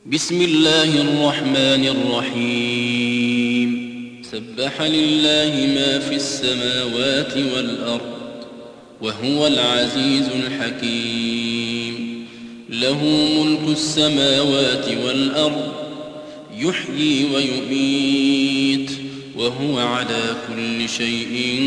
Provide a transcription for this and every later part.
بسم الله الرحمن الرحيم سبح لله ما في السماوات والأرض وهو العزيز الحكيم له ملك السماوات والأرض يحيي ويميت وهو على كل شيء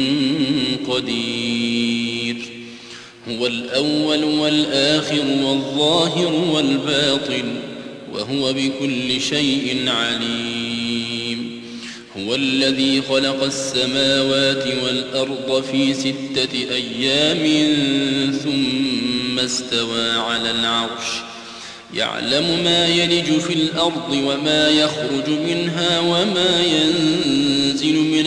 قدير هو الأول والآخر والظاهر والباطن وهو بكل شيء عليم هو الذي خلق السماوات والأرض في 6 أيام ثم استوى على العرش يعلم ما يلج في الأرض وما يخرج منها وما ينزل من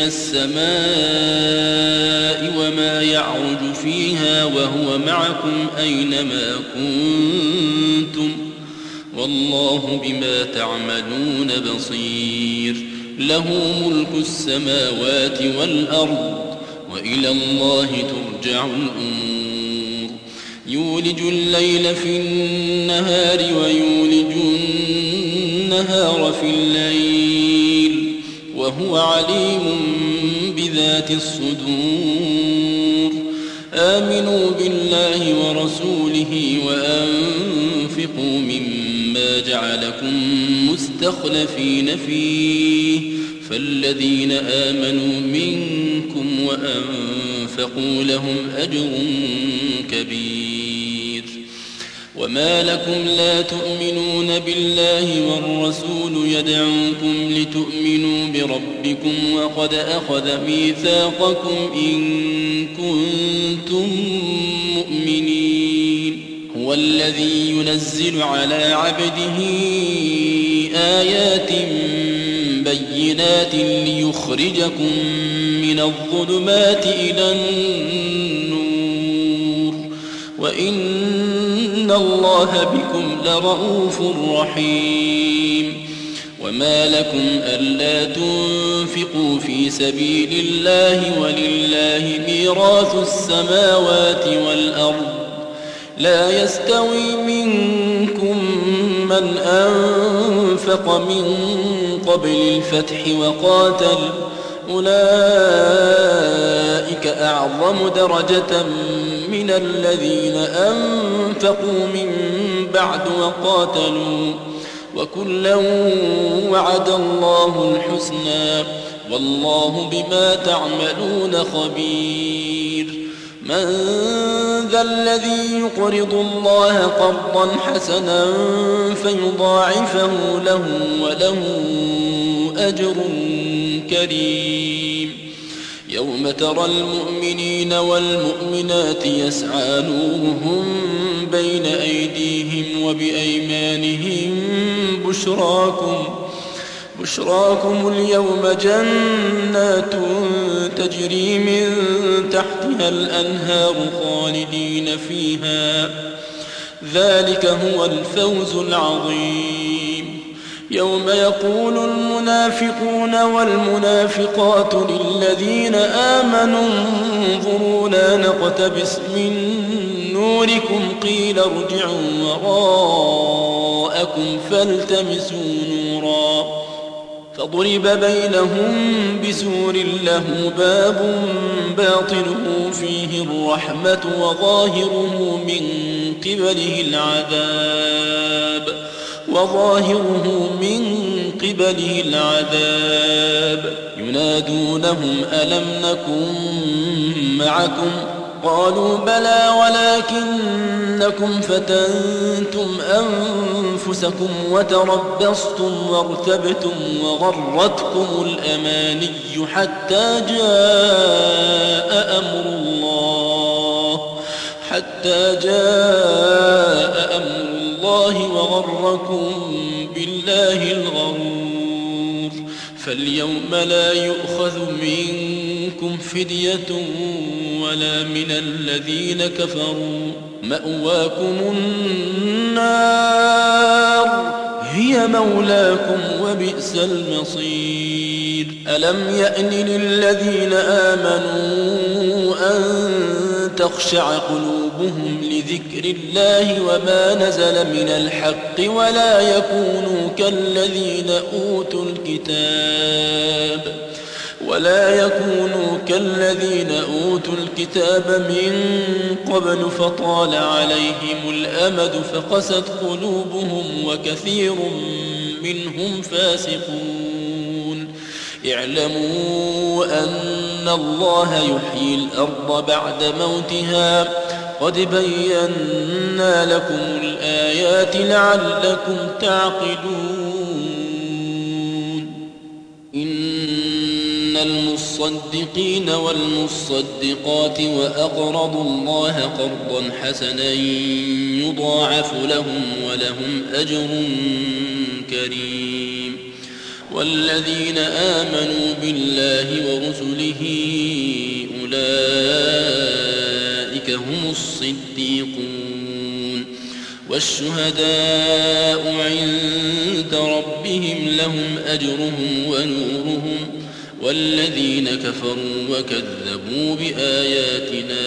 السماء وما يعرج فيها وهو معكم أينما كنتم والله بما تعملون بصير له ملك السماوات والأرض وإلى الله ترجع الأمور يولج الليل في النهار ويولج النهار في الليل وهو عليم بذات الصدور آمنوا بالله ورسوله وأنفقوا مما جعلكم مستخلفين فيه فالذين آمنوا منكم وأنفقوا لهم أجر كبير وما لكم لا تؤمنون بالله والرسول يدعوكم لتؤمنوا بربكم وقد أخذ ميثاقكم إن كنتم مؤمنين هو الذي ينزل على عبده آيات بينات ليخرجكم من الظلمات إلى النور وإن الله بكم لرؤوف رحيم وما لكم ألا تنفقوا في سبيل الله ولله ميراث السماوات والأرض لا يستوي منكم من أنفق من قبل الفتح وقاتل أولئك أعظم درجة من الذين أنفقوا من بعد وقاتلوا وكلا وعد الله الحسنى والله بما تعملون خبير من ذا الذي يقرض الله قرضا حسنا فيضاعفه له وله أجر كريم يوم ترى المؤمنين والمؤمنات يسعى نورهم بين أيديهم وبأيمانهم بشراكم اليوم جنات تجري من تحتها الأنهار خالدين فيها ذلك هو الفوز العظيم يوم يقول المنافقون والمنافقات للذين آمنوا انظرونا نقتبس من نوركم قيل ارجعوا وراءكم فالتمسوا نورا فضرب بينهم بسور له باب باطنه فيه الرحمة وظاهره من قبله العذاب ينادونهم ألم نكن معكم قالوا بلى ولكنكم فتنتم أنفسكم وتربصتم وارتبتم وغرتكم الأماني حتى جاء أمر الله وغركم بالله الغرور فاليوم لا يؤخذ منكم فدية ولا من الذين كفروا مأواكم النار هي مولاكم وبئس المصير ألم يأن للذين آمنوا أن تخشع قلوبهم لذكر الله وما نزل من الحق ولا يكونوا كالذين أوتوا الكتاب من قبل فطال عليهم الأمد فقست قلوبهم وكثير منهم فاسقون. اعلموا أن الله يحيي الأرض بعد موتها قد بينا لكم الآيات لعلكم تعقلون. إن المصدقين والمصدقات وأقرضوا الله قرضا حسنا يضاعف لهم ولهم أجر كريم. والذين آمنوا بالله ورسله أولئك هم الصديقون والشهداء عند ربهم لهم أجرهم ونورهم. والذين كفروا وكذبوا بآياتنا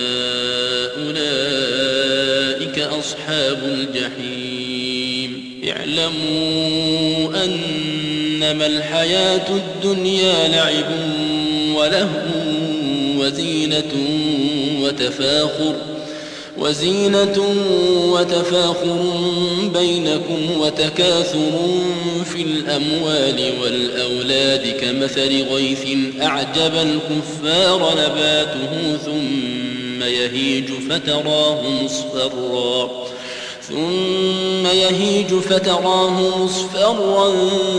أولئك أصحاب الجحيم. اعلموا أنما الحياة الدنيا لعب ولهو وزينة وتفاخر بينكم وتكاثر في الأموال والأولاد كمثل غيث أعجب الكفار نباته ثم يهيج فتراه مصفرا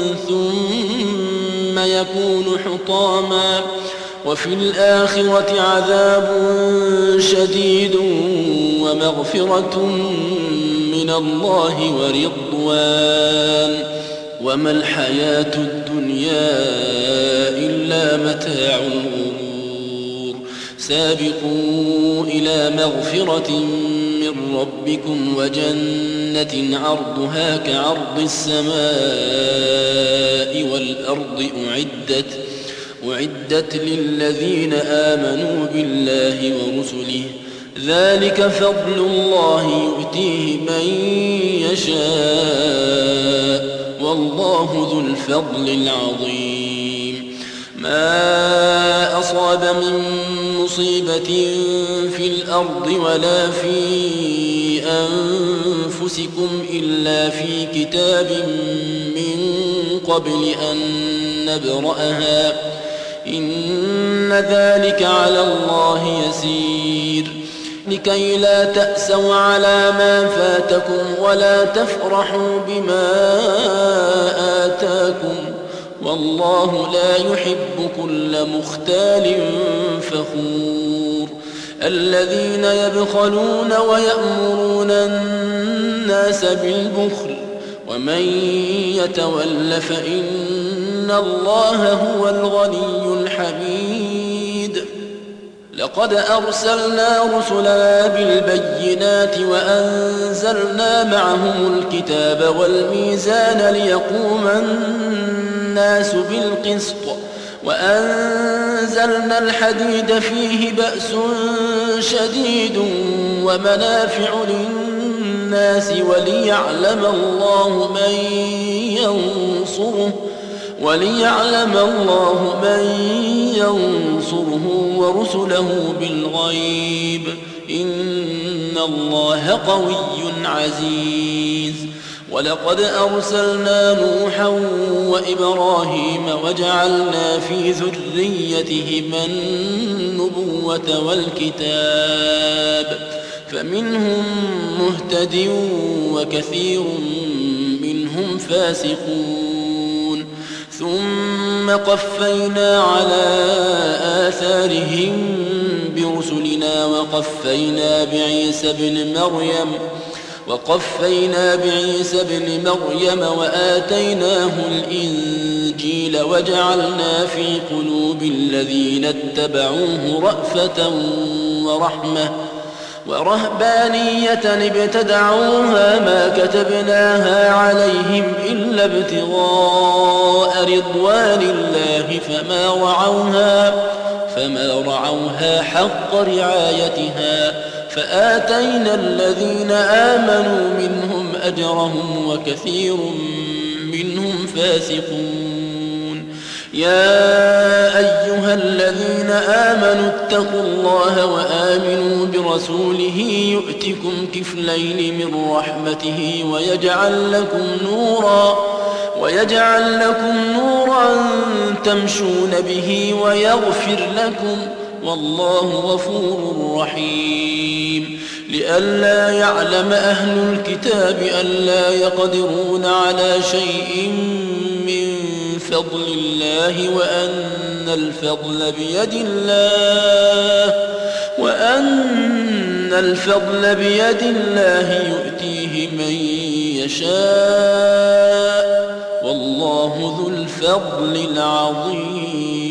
ثم يكون حطاما وفي الآخرة عذاب شديد ومغفرة من الله ورضوان وما الحياة الدنيا إلا متاع الغرور. سابقوا إلى مغفرة من ربكم وجنة عرضها كعرض السماء والأرض أعدت للذين آمنوا بالله ورسله ذلك فضل الله يؤتيه من يشاء والله ذو الفضل العظيم. ما أصاب من مصيبة في الأرض ولا في أنفسكم إلا في كتاب من قبل أن نبرأها إن ذلك على الله يسير. لكي لا تأسوا على ما فاتكم ولا تفرحوا بما آتاكم والله لا يحب كل مختال فخور. الذين يبخلون ويأمرون الناس بالبخل ومن يتول فإن الله هو الغني الحميد. لقد أرسلنا رسلنا بالبينات وأنزلنا معهم الكتاب والميزان ليقوم الناس بالقسط وأنزلنا الحديد فيه بأس شديد ومنافع للناس وليعلم الله من ينصره ورسله بالغيب إن الله قوي عزيز. ولقد أرسلنا نوحا وإبراهيم وجعلنا في ذريتهما النبوة والكتاب فمنهم مهتد وكثير منهم فاسقون. ثم قفينا على آثارهم برسلنا وقفينا بعيسى بن مريم وآتيناه الإنجيل وجعلنا في قلوب الذين اتبعوه رأفة ورحمة ورهبانية ابتدعوها ما كتبناها عليهم إلا ابتغاء رضوان الله فما رعوها حق رعايتها فآتينا الذين آمنوا منهم أجرهم وكثير منهم فاسقون. يا أيها الذين آمنوا اتقوا الله وآمنوا برسوله يؤتكم كفلين من رحمته ويجعل لكم نورا تمشون به ويغفر لكم والله غفور رحيم. لئلا يعلم أهل الكتاب ألا يقدرون على شيء من فضل الله وأن الفضل بيد الله يؤتيه من يشاء والله ذو الفضل العظيم.